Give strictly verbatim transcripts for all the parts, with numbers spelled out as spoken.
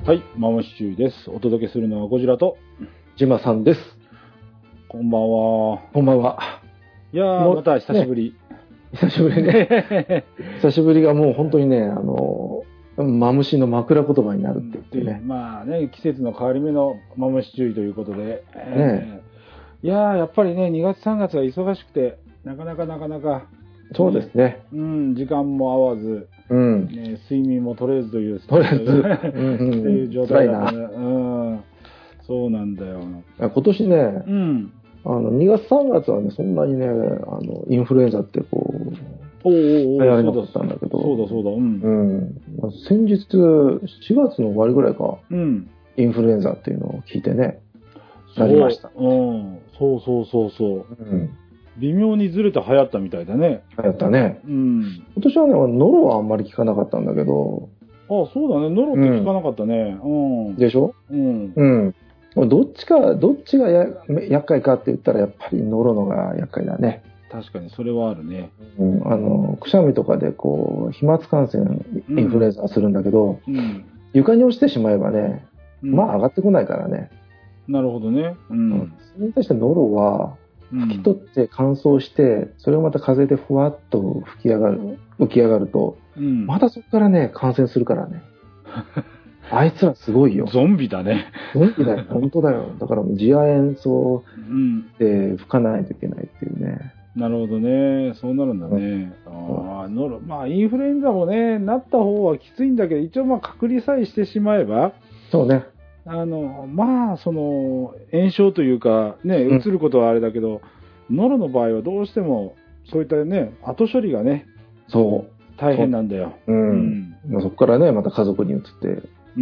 はい、マムシチューです。お届けするのはゴジラとジマさんです。 こんばんは。 こんばんは。 いやー、また久しぶり。 ね、久しぶりね。久しぶりがもう本当にね、あの、マムシの枕言葉になるって言ってね。 まあね、季節の変わり目のマムシ注意ということで。えー、ね、いやー、やっぱりね、にがつさんがつは忙しくて、なかなかなかなか。 そうですね。 うん、時間も合わず、 うんね、睡眠も取れずという、 取れず、うんうん、 っていう状態だったね。 辛いな。 うん、そうなんだよ。 今年ね、 うん、 あのにがつさんがつはね、そんなにね、あのインフルエンザってこう、 おーおー、 やれなかったんだけど、 そうだそうだ、うん。 うん、先日、しがつの終わりぐらいか、 うん、 インフルエンザっていうのを聞いてね、なりました。 うん、そうそうそうそう。 うん、 微妙にずれて流行ったみたいだね。 流行ったね。 うん。 今年はね、ノロはあんまり聞かなかったんだけど。 ああ、そうだね。ノロって聞かなかったね。うん。 でしょ？ うん。 うん。どっちか、どっちがや厄介かって言ったらやっぱりノロのが厄介だね。 確かにそれはあるね。 うん。あの、くしゃみとかでこう、飛沫感染、インフルエンザするんだけど、 うん、 床に落ちてしまえばね、うん、まあ上がってこないからね。 なるほどね。うん。 それに対してノロは、拭き取って乾燥して、それをまた風でふわっと吹き上がる、浮き上がると、うん、またそこからね、感染するからね。あいつらすごいよ。 ゾンビだね。 ゾンビだよ。本当だよ。だから次亜塩素で吹かないといけないっていうね。 うん、なるほどね。そうなるんだね。うん、ああ、ノロ。まあ、インフルエンザもね、なった方はきついんだけど、一応まあ隔離さえしてしまえば。 そうね。 あの、まあ、その、炎症というか、ね、うつることはあれだけど、うん、ノロの場合はどうしても、そういったね、後処理がね、 そう。 大変なんだよ。 う。うん。うん、そこからね、また家族に移って、 うん。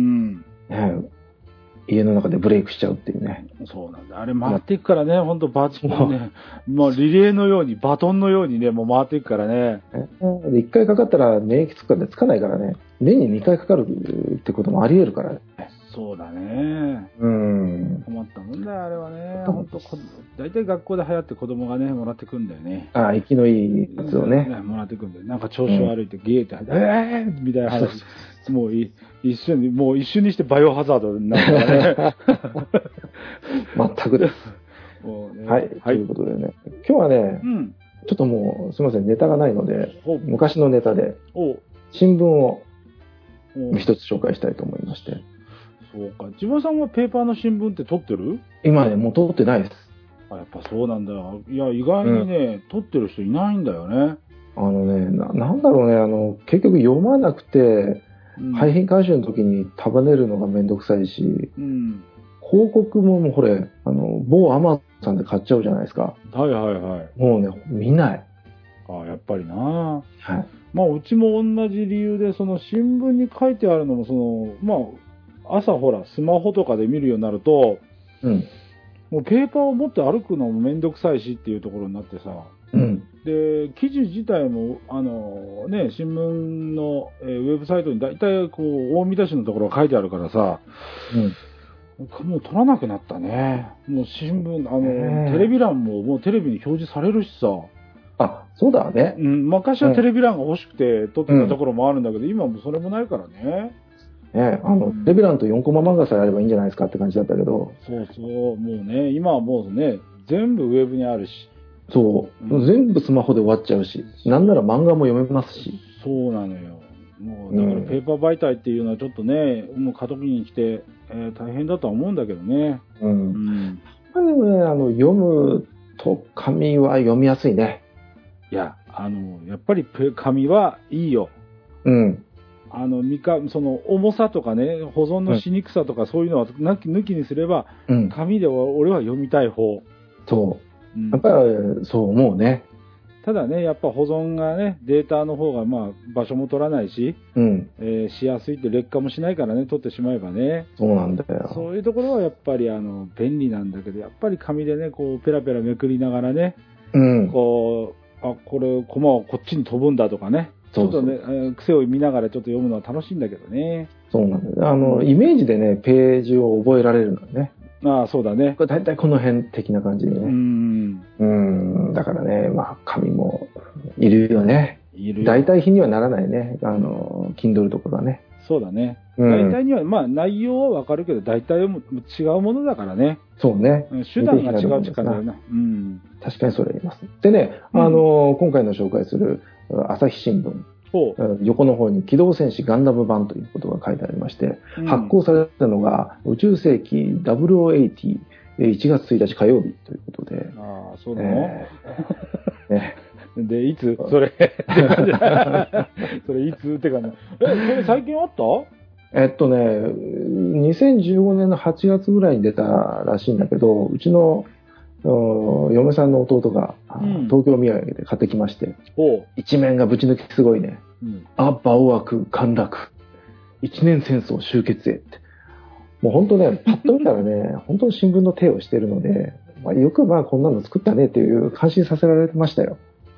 ね、家の中でブレイクしちゃうっていうね。 そうなんだ。あれ回っていくからね、ほんとバチッね、もうリレーのように、バトンのようにね、もう回っていくからね。 で、いっかいかかったら免疫つくかでつかないからね、年ににかいかかるってこともあり得るからね。 そうだね。 うん。 困ったもんだよ、あれはね。ほんと、大体学校で流行って子供がね、もらってくんだよね。 ああ、生きのいいやつをね。 ねもらってくんだよ。なんか調子悪いって、うん、ゲーって入って、えーみたいな話。もうい一瞬に、もう一瞬にしてバイオハザードになるからね。 全くです。もうね、はい、はい。ということでね、今日はね、うん、ちょっともう、すみません、ネタがないので、昔のネタで、新聞を一つ紹介したいと思いまして。 そうか。千葉さんはペーパーの新聞って撮ってる？ 今ね、もう撮ってないです。 あ、やっぱそうなんだよ。いや、意外にね、うん、撮ってる人いないんだよね。 あのね、な、なんだろうね、あの、結局読まなくて、うん、廃品回収の時に束ねるのがめんどくさいし、うん、広告ももうこれ、あの、某アマゾンさんで買っちゃうじゃないですか。 はいはいはい。 もうね、見ない。 ああ、やっぱりな。はい。 まあ、うちも同じ理由で、その新聞に書いてあるのも、その、まあ、朝ほら、スマホとかで見るようになると、うん、もうペーパーを持って歩くのもめんどくさいしっていうところになってさ、うん、で、記事自体も、あの、ね、新聞の、えー、ウェブサイトに大体こう、大見出しのところが書いてあるからさ、うん、もう取らなくなったね。もう新聞、あの、テレビ欄ももうテレビに表示されるしさ、 あ、そうだね。 うん、昔はテレビ欄が欲しくて撮ってたところもあるんだけど、うん、今もそれもないからね。 ね、あの、テレビ欄とよんコマ漫画さえあればいいんじゃないですかって感じだったけど。 そうそう、もうね、今はもうね、全部ウェブにあるし。 そう、うん、全部スマホで終わっちゃうし、なんなら漫画も読めますし。 そうなのよ。もう、だからペーパー媒体っていうのはちょっとね、うん、もう過渡期に来て、えー、大変だとは思うんだけどね。うん。うん、 でもね、あの、読むと紙は読みやすいね。 いや、あの、やっぱり紙はいいよ。 うん。 あの、みか、その、重さとかね、保存のしにくさとかそういうのは抜き抜きにすれば、うん、紙で俺は読みたい方。 そう。うん、やっぱり、そう思うね。 ただね、やっぱ保存がね、データの方が、まあ、場所も取らないし、うん。えー、しやすいって劣化もしないからね、取ってしまえばね。 そうなんだよ。 そういうところはやっぱり、あの、便利なんだけど、やっぱり紙でね、こう、ペラペラめくりながらね、うん。こう、あ、これ、コマはこっちに飛ぶんだとかね。そうそうちょっとね、えー、癖を見ながらちょっと読むのは楽しいんだけどね。 そうなんだよ。あの、イメージでね、ページを覚えられるのね。 ああ、そうだね。 これ大体この辺的な感じでね。 うん。 うん。だからね、まあ、紙もいるよね。 いるよ。 大体比にはならないね。あの、Kindle とかがね。 そうだね。うん、大体には、まあ内容はわかるけど、大体も違うものだからね。 そうね。 手段が違う力だよな。うん。 確かにそれ言います。でね、うん、あの、今回の紹介する朝日新聞。横の方に機動戦士ガンダム版ということが書いてありまして、うん、発行されたのが宇宙世紀ダブルオーエイティー、いちがつついたち火曜日ということで。 ああ、そうなの、えーね、で、いつそれ。それいつってかね。え、それ最近あったえっとね、にせんじゅうごねんのはちがつぐらいに出たらしいんだけど、うちの嫁さんの弟が、うん、東京土産で買ってきまして、一面がぶち抜きすごいね。うん、あ、バオアク、陥落。一年戦争終結へって。もう本当ね、パッと見たらね、本当に新聞の手をしてるので、まあ、よくまあこんなの作ったねっていう感心させられてましたよ。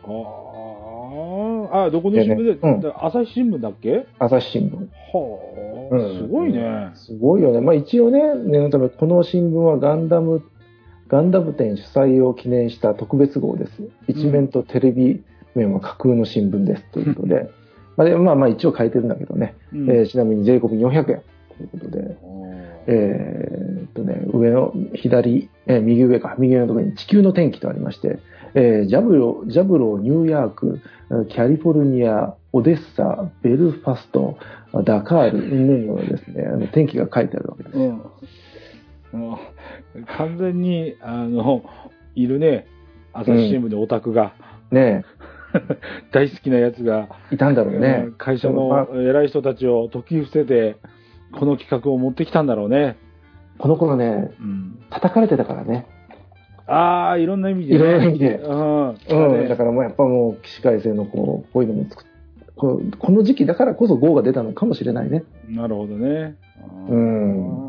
ああ、どこの新聞で、うん、朝日新聞だっけ？ 朝日新聞。 はあ、うん、すごいね。 すごいよね。まあ一応ね、念のためこの新聞はガンダムガンダム展主催を記念した特別号です。一面とテレビ面は架空の新聞ですということで、まあ、でまあまあ一応書いてるんだけどね、うん、えー、ちなみに税込みよんひゃくえんということで、えー、っとね、上の左、えー、右上か、右上のところに地球の天気とありまして、えー、ジャブロ、ジャブロ、ニューヨーク、キャリフォルニア、オデッサ、ベルファスト、ダカール、うんぬんのですね、あの天気が書いてあるわけです。うんもう完全にあのいるね、朝日新聞でオタクが、 うん、ね大好きなやつがいたんだろうね。 会社の偉い人たちを説き伏せてこの企画を持ってきたんだろうね。 この頃ね、うん、叩かれてたからね。 ああ、いろんな意味で、ね、 いろんな意味で、 うんうん、だからもうやっぱもう起死回生のこうこういうのも作っここの時期だからこそ号が出たのかもしれないね。 なるほどね。 うん。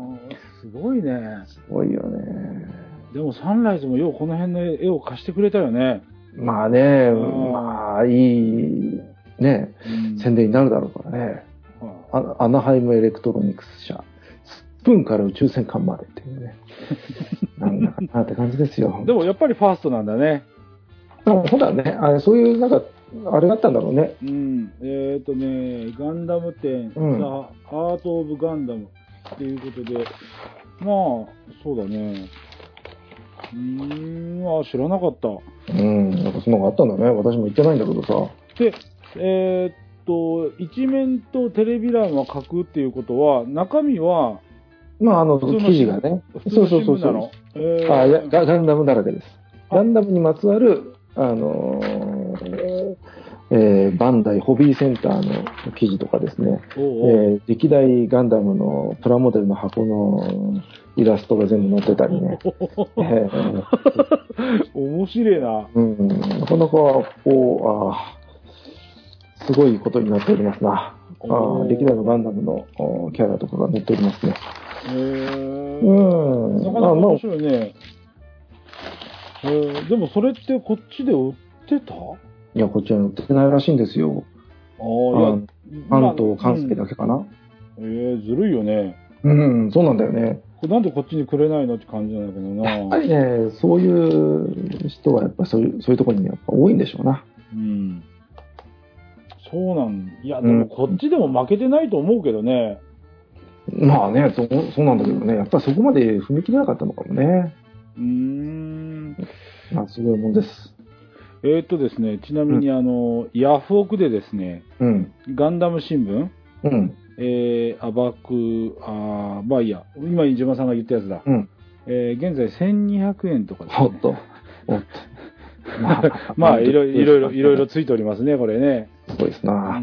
すごいね。 すごいよね。 でもサンライズもようこの辺の絵を貸してくれたよね。 まあね、まあいいね、うん、宣伝になるだろうからね。あアナハイムエレクトロニクス社、スプーンから宇宙戦艦までっていうね。なんだかなって感じですよ。 でもやっぱりファーストなんだね。 そうだね。あれそういうなんかあれだったんだろうね。 うん。えっ、ー、とね、ガンダム展、うん、ザ・アート・オブ・ガンダムっていうことで、まあ、そうだね。うーん、あ、知らなかった。 うん、なんかそんなのがあったんだね。私も行ってないんだけどさ。 で、えー、っと、一面とテレビ欄は書くっていうことは、中身は、 まあ、あの、記事がね。そうそうそうそう。えー、あいやガ、ガンダムだらけです。ガンダムにまつわる、あのー、えー、バンダイホビーセンターの記事とかですね、おうおうえー、歴代ガンダムのプラモデルの箱のイラストが全部載ってたりね。えー、 面白いな。 うん、なかなかこう、あすごいことになっておりますな。あ歴代のガンダムのキャラとかが載っておりますね。 へー。うん。なかなか面白いね。えー、でもそれってこっちで売ってた？ いや、こっちは売ってないらしいんですよ。ああ、いや、関東、関西だけかな。うん、 えー、ずるいよね。 うん、そうなんだよね。 なんでこっちにくれないのって感じなんだけどな。 やっぱりね、そういう人はやっぱそういう、そういうところにやっぱ多いんでしょうな。 うん。そうなん、いや、でもこっちでも負けてないと思うけどね。 うん、まあね、そう、そうなんだけどね、やっぱりそこまで踏み切れなかったのかもね。 うーん。 まあ、すごいもんです。 えー、っとですね、ちなみにあの、うん、ヤフオクでですね、うん、ガンダム新聞、うん、えー、アバク、あまあいいや、今、ジマさんが言ったやつだ。うん、えー、現在せんにひゃくえんとかですね。 おっと。おっと。 まあ、まあ、いろいろ、いろいろ、いろいろついておりますね、これね。 すごいですな。うん。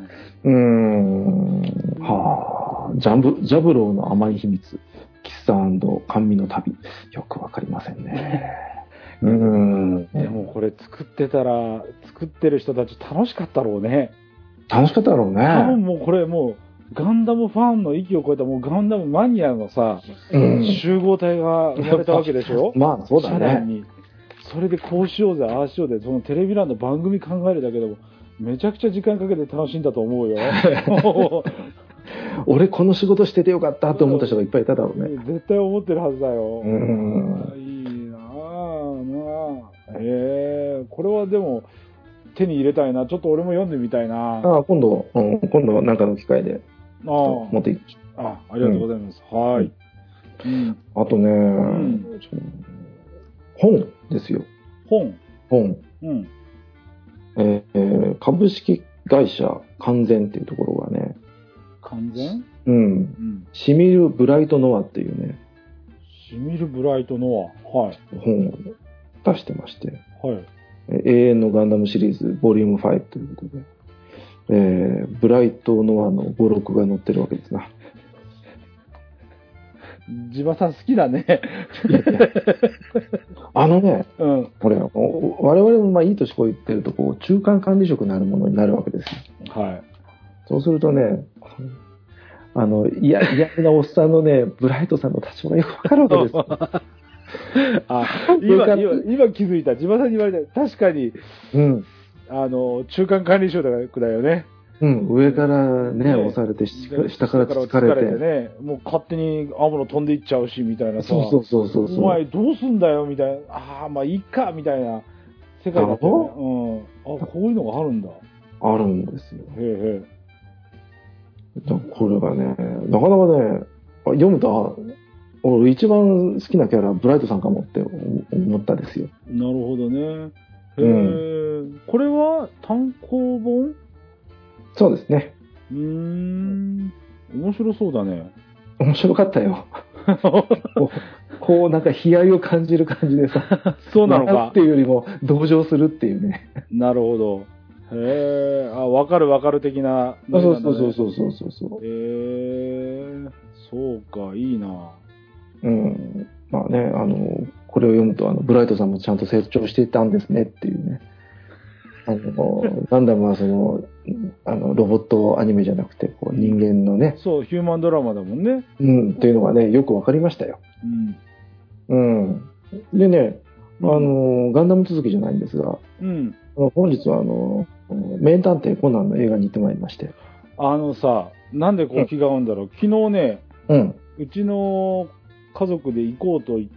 うーん。はあ、ジャブ、ジャブローの甘い秘密、喫茶&甘味の旅。よくわかりませんね。 うん。でもこれ作ってたら、作ってる人たち楽しかったろうね。 楽しかったろうね。 多分もうこれもう、ガンダムファンの域を超えたもうガンダムマニアのさ、うん、集合体が生まれたわけでしょ。 まあそうだね。 にそれでこうしようぜ、ああしようぜ、そのテレビ欄の番組考えるだけでも、めちゃくちゃ時間かけて楽しんだと思うよ。 俺この仕事しててよかったと思った人がいっぱいいただろうね。 絶対思ってるはずだよ。うん。いいなぁ、なぁ。へえ、これはでも手に入れたいな。ちょっと俺も読んでみたいな。 ああ、今度、うん、今度なんかの機会で。 持っていきましょう。あ、ありがとうございます。うん、はい。 うん、あとね、うん、本ですよ。 本本。うん。えー、株式会社完全っていうところがね。 完全？ うん。うん。シミル・ブライト・ノアっていうね。 シミル・ブライト・ノア。はい。 本を出してまして。 はい。 永遠のガンダムシリーズボリュームファイブということで、えー、ブライト・ノアの語録が載ってるわけですな。 地場さん好きだね。 いやいやあのね、うん、これ、我々もまあいい年こいってると、こう、中間管理職なるものになるわけですよ。はい。 そうするとね、あの、いや、嫌なおっさんのね、ブライトさんの立場がよくわかるわけですよ。 あ、今、今、今気づいた。地場さんに言われた。確かに、うん。あの、中間管理職だよね。 うん、上からね、ね押されて、下から突かれて。れてね、もう勝手にアムロ飛んでいっちゃうし、みたいなさ。 そうそうそうそうそう。 お前どうすんだよ、みたいな。ああ、まあいいか、みたいな世界だったよね。うん。あ、こういうのがあるんだ。 あるんですよ。 へえへえ。 これがね、なかなかね、読むと、俺一番好きなキャラはブライトさんかもって思ったですよ。 なるほどね。へえ、うん、これは単行本？ そうですね。 うーん。面白そうだね。 面白かったよ。こ, うこうなんか悲哀を感じる感じでさ。 そうなのか。 っていうよりも同情するっていうね。 なるほど。へえ、あ、わかるわかる的な、 ね。そうそうそうそうそうそう。 へえ、そうか、いいな。 うん。まあね、あの、これを読むと、あの、ブライトさんもちゃんと成長していたんですねっていうね。あの、ガンダムはその、あの、ロボットアニメじゃなくて、こう、人間のね。 そう、ヒューマンドラマだもんね。 うん、っていうのがね、よくわかりましたよ。うん。うん。でね、あの、ガンダム続きじゃないんですが、うん。本日はあの、名探偵コナンの映画に行ってまいりまして。 あのさ、なんでこう気が合うんだろう。うん、昨日ね、うん。うちの家族で行こうと言って、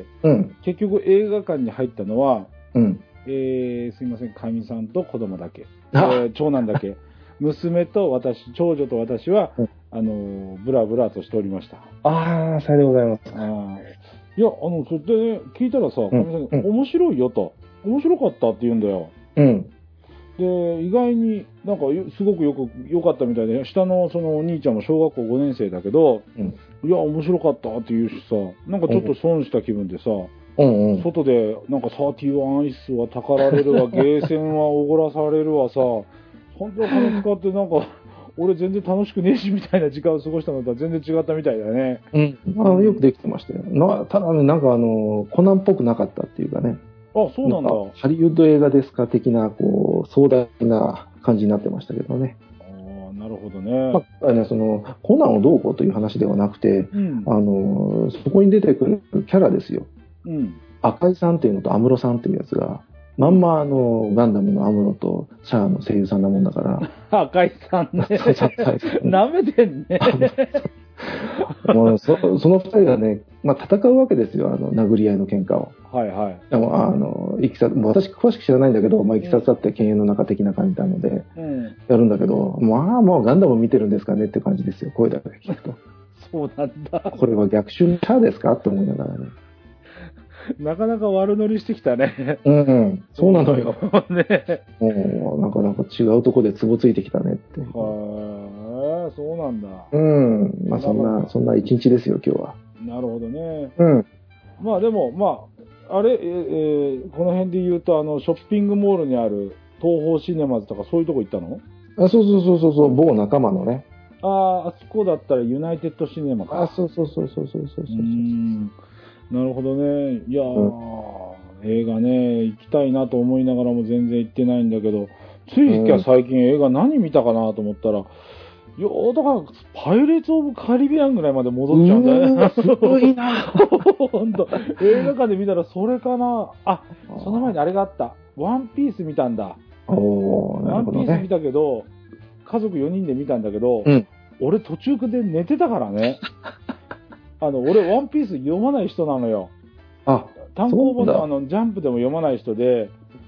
うん。結局映画館に入ったのは、うん。えー、すいません、かみさんと子供だけ。えー、長男だけ。娘と私、長女と私は、うん、あの、ブラブラとしておりました。 ああ、さようでございます。 あいや、あの、それで、ね、聞いたらさ、かみさん、うん、面白いよと。面白かったって言うんだよ。うん。で、意外になんかすごくよく、良かったみたいで、下のそのお兄ちゃんも小学校ごねん生だけど、うん、いや、面白かったって言うしさ、なんかちょっと損した気分でさ、うんうん、外でなんかサーティワンアイスはたかられるわ、ゲーセンはおごらされるわさ、本当は金使ってなんか、俺全然楽しくねえしみたいな時間を過ごしたのとは全然違ったみたいだね。 うん。あのよくできてましたよ。なただね、なんかあの、コナンっぽくなかったっていうかね。 あ、そうなんだ。 ハリウッド映画ですか的な、こう、壮大な感じになってましたけどね。 ああ、なるほどね。 まあね、その、コナンをどうこうという話ではなくて、うん、あの、そこに出てくるキャラですよ。うん。赤井さんっていうのと安室さんっていうやつが、まんまあの、ガンダムのアムロとシャアの声優さんなもんだから。 赤井さんね。舐めてんね。 もうそその二人がね、まあ、戦うわけですよ、あの殴り合いの喧嘩を。 はいはい。 でもあのいきさ私詳しく知らないんだけど、まあ、いきさつだって犬猿の中的な感じなので、うん、やるんだけど、まあもうガンダム見てるんですかねって感じですよ、声だけ聞くと。 そうなんだ。 これは逆襲のシャアですかって思いながらね。 なかなか悪乗りしてきたね。 うん、うん、そうなのよ。ね。もう、なかなか違うとこでツボついてきたねって。 はあ、そうなんだ。 うん。まあそんな、そんな一日ですよ、今日は。 なるほどね。うん。まあでも、まあ、あれ、えー、この辺で言うと、あの、ショッピングモールにある東宝シネマズとかそういうとこ行ったの？ あ、そうそうそうそうそう、某仲間のね。 ああ、あそこだったらユナイテッドシネマか。 あ、そうそうそうそうそうそうそう。うーん。なるほどね。いやー、うん、映画ね、行きたいなと思いながらも全然行ってないんだけど、つい最近映画何見たかなと思ったら、いやだから、パイレーツ・オブ・カリビアンぐらいまで戻っちゃうんだよね。 すごいなほんと。映画館で見たらそれかな。あ、その前にあれがあった。ワンピース見たんだ。 おー、なるほどね。 ワンピース見たけど、家族よにんで見たんだけど、うん、俺途中で寝てたからね。あの、俺、ワンピース読まない人なのよ。 あ、 単行本のあの、ジャンプでも読まない人で、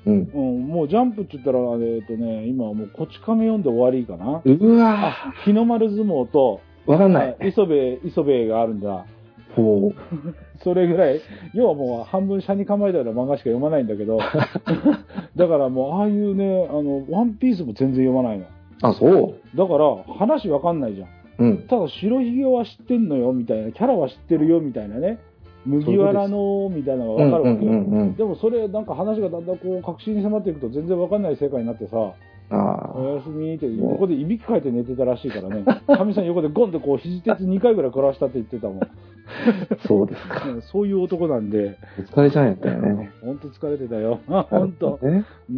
うん。うん、もうジャンプって言ったら、えっとね、今はもうこち亀読んで終わりかな。 うわぁ。日の丸相撲と、 わかんない。 磯部、磯部があるんだ。 ほう。 それぐらい、要はもう半分車に構えたような漫画しか読まないんだけど、だからもうああいうね、あの、ワンピースも全然読まないの。 あ、そうだから話わかんないじゃん。 うん。 ただ白ひげは知ってんのよ、みたいな、キャラは知ってるよ、みたいなね。麦わらの、みたいなのがわかるわけよ。でもそれ、なんか話がだんだんこう、確信に迫っていくと全然わかんない世界になってさ、あおやすみって、横でいびきかいて寝てたらしいからね。かみさん横でゴンってこう、肘鉄にかいぐらい食らわしたって言ってたもん。 そうですか。 そういう男なんで。 お疲れちゃんやったよね。 ほんと疲れてたよ。ほんと。 ね、うん。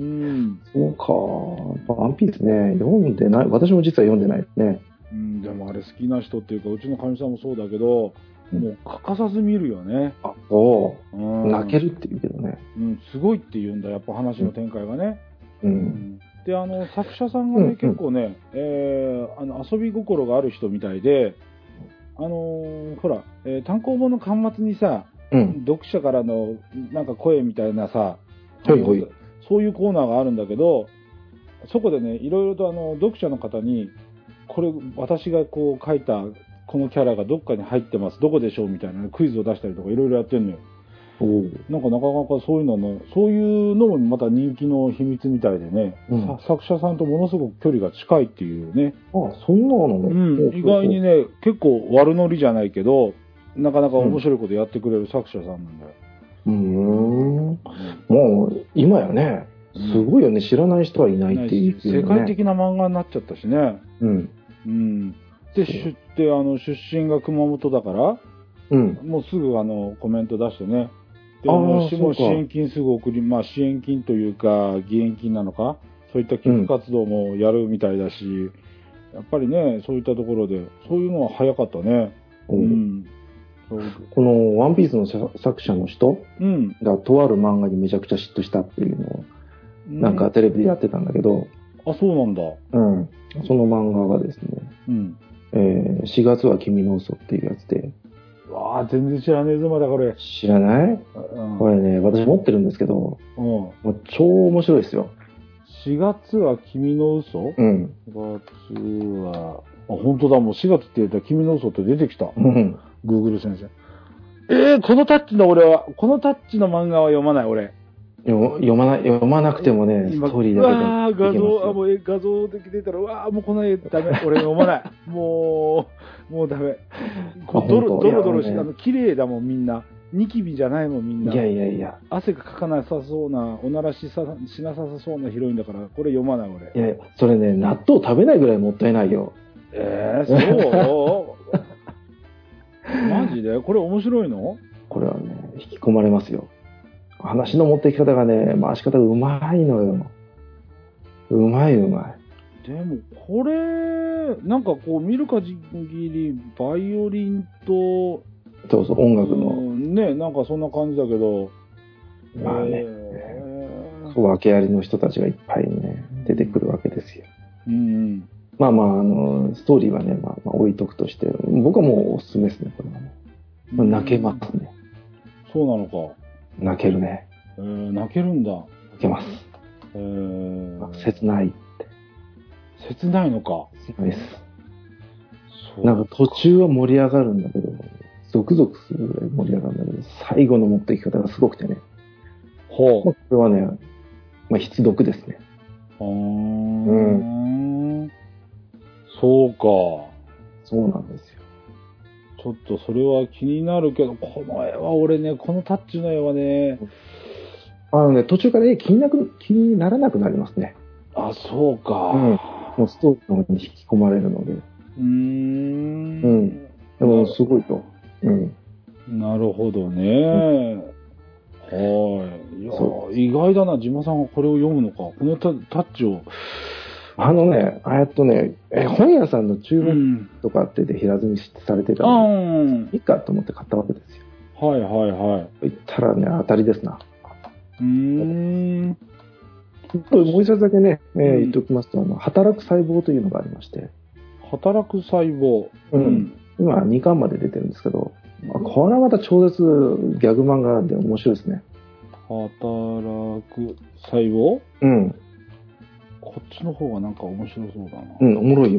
そうか。ワンピースね、読んでない。私も実は読んでないですね。 うん、でもあれ好きな人っていうか、うちのかみさんもそうだけど、もう欠かさず見るよね。 あ、そう。うん、泣けるって言うけどね。 うん、すごいって言うんだ、やっぱ話の展開がね。 うん。うん、 で、あの、作者さんがね、うんうん、結構ね、えー、あの、遊び心がある人みたいで、あのー、ほら、えー、単行本の巻末にさ、うん、読者からのなんか声みたいなさ、はいはい、そういうコーナーがあるんだけど、そこでね、いろいろとあの、読者の方に、これ、私がこう書いた、このキャラがどっかに入ってます、どこでしょうみたいな、ね、クイズを出したりとかいろいろやってんのよ。なんかなかなかそういうのね、そういうのもまた人気の秘密みたいでね、うん、作者さんとものすごく距離が近いっていうね。 ああ、そんなのね。 うん、意外にね、結構悪ノリじゃないけど、なかなか面白いことやってくれる作者さんなんだよ。 うーん。もう、今やね、すごいよね、知らない人はいないっていう、 ね、世界的な漫画になっちゃったしね。 うん。 うん。で、出であの出身が熊本だから、うん、もうすぐあのコメント出してね。でもう支援金すぐ送り、まあ支援金というか、義援金なのか、そういった寄付活動もやるみたいだし、うん、やっぱりね、そういったところで、そういうのは早かったね。うん。 うん、このワンピースの作者の人がとある漫画にめちゃくちゃ嫉妬したっていうのを、うん、なんかテレビでやってたんだけど。 あ、そうなんだ。 うん。その漫画がですね、うん、えー、しがつは君の嘘っていうやつで、 わあ、全然知らねえぞ、まだこれ。 知らない、うん、これね、私持ってるんですけど、うん、もう超面白いですよ。 しがつは君の嘘？ うん。 しがつは、あ、本当だ、もうしがつって言ったら君の嘘って出てきた。うん。Google 先生。えー、このタッチの俺は、このタッチの漫画は読まない、俺。 読まない、読まなくてもね、ストーリーだけで。 ああ、画像、あ、もう画像的出たら、うわあ、もうこの絵ダメ。俺読まない。もう、もうダメ。ドロドロドロして、あの、綺麗だもん、みんな。ニキビじゃないもん、みんな。 いやいやいや。 汗がかかなさそうな、おならしさしなさそうなヒロインだから、これ読まない、俺。 いやいや、それね、納豆食べないぐらいもったいないよ。 えー、そうマジでこれ面白いの？ これはね、引き込まれますよ。話の持っていき方がね、回し方うまいのよ。うまいうまい。でも、これ、なんかこう、見るかぎり、バイオリンと、 そうそう、音楽の。うん、ね、なんかそんな感じだけど。 まあね、えー、そう、訳ありの人たちがいっぱいね、出てくるわけですよ。 うん。 まあまあ、あの、ストーリーはね、まあ、まあ、置いとくとして、僕はもうおすすめですね、これはね。まあ、泣けますね。 そうなのか。 泣けるね。 えー、泣けるんだ。 泣けます。 えー、 切ないって。 切ないのか。 切ないです。なんか途中は盛り上がるんだけど、ゾクゾクするぐらい盛り上がるんだけど、最後の持っていき方がすごくてね。 ほう。 まあ、これはね、まあ、必読ですね。 うーん。うん。そうか。 そうなんですよ。 ちょっとそれは気になるけど、この絵は俺ね、このタッチの絵はね、 あのね、途中から絵気になく、気にならなくなりますね。 あ、そうか。 うん。もうストーリーの方に引き込まれるので。 うーん。 うん。でもすごいと。うん。 なるほどね。うん、はい。いや、意外だな、島さんがこれを読むのか。このタ, タッチを。 あのね、あえっとね、え本屋さんの注文とかってで平積みされてたので、うん、いいかと思って買ったわけですよ。 はいはいはい。 言ったらね、当たりですな。 うーん。 もう一つだけね、えー、言っておきますと、あの、働く細胞というのがありまして。 働く細胞。 うん。今にかんまで出てるんですけど、これはまた超絶ギャグ漫画で面白いですね。 あ働く細胞？ うん。 こっちの方がなんか面白そうだな。 うん、おもろいよ。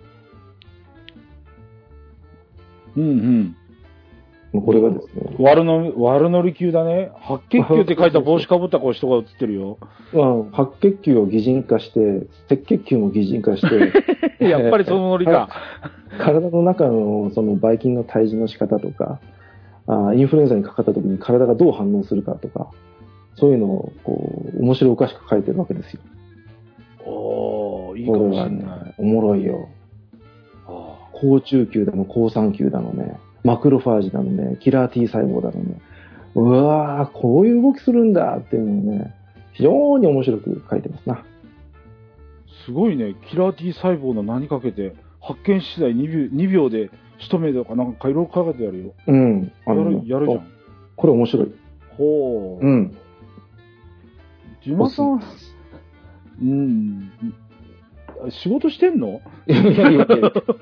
うんうん。 これがですね。 悪の、悪乗り級だね。白血球って書いた帽子かぶった人が映ってるよ。 白血球を擬人化して、赤血球も擬人化して。 やっぱりそのノリか。 体の中のそのばい菌の退治の仕方とか、あインフルエンザにかかった時に体がどう反応するかとか、そういうのをこう面白おかしく書いてるわけですよ。 おー、いいかもしれない。ね、 おもろいよ。好中球だの、好酸球だのね。マクロファージだのね、キラー T 細胞だのね、うわー、こういう動きするんだっていうのをね、非常に面白く書いてますな。 すごいね、キラー T 細胞の名にかけて、発見次第にびょう、にびょうで一目とかなんかいろいろかけてやるよ。 うん。 やる、やるじゃん。 これ面白い。 ほう。 うん。 ジマさん、うん。仕事してんの？ いやいやいや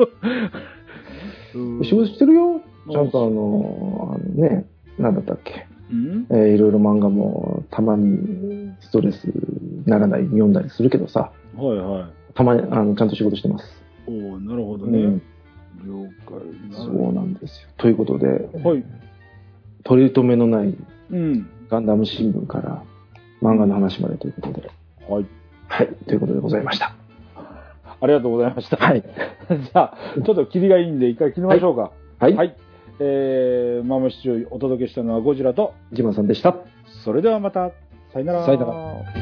仕事してるよ。ちゃんとあの、あのね、なんだったっけ。 うん、 えー、いろいろ漫画もたまにストレスにならない読んだりするけどさ。 はいはい。 たまにあのちゃんと仕事してます。 おお、なるほどね。うん、了解。 そうなんですよ。ということで、 はい、 取り留めのない、 うん、 ガンダム新聞から漫画の話までということで。 はい。 はい、ということでございました。 ありがとうございました。 はい。 じゃあ、ちょっとキリがいいんで、一回切りましょうか。 はい。 はい。えー、マムシチューお届けしたのはゴジラとジマさんでした。 それではまた、さよなら。 さよなら。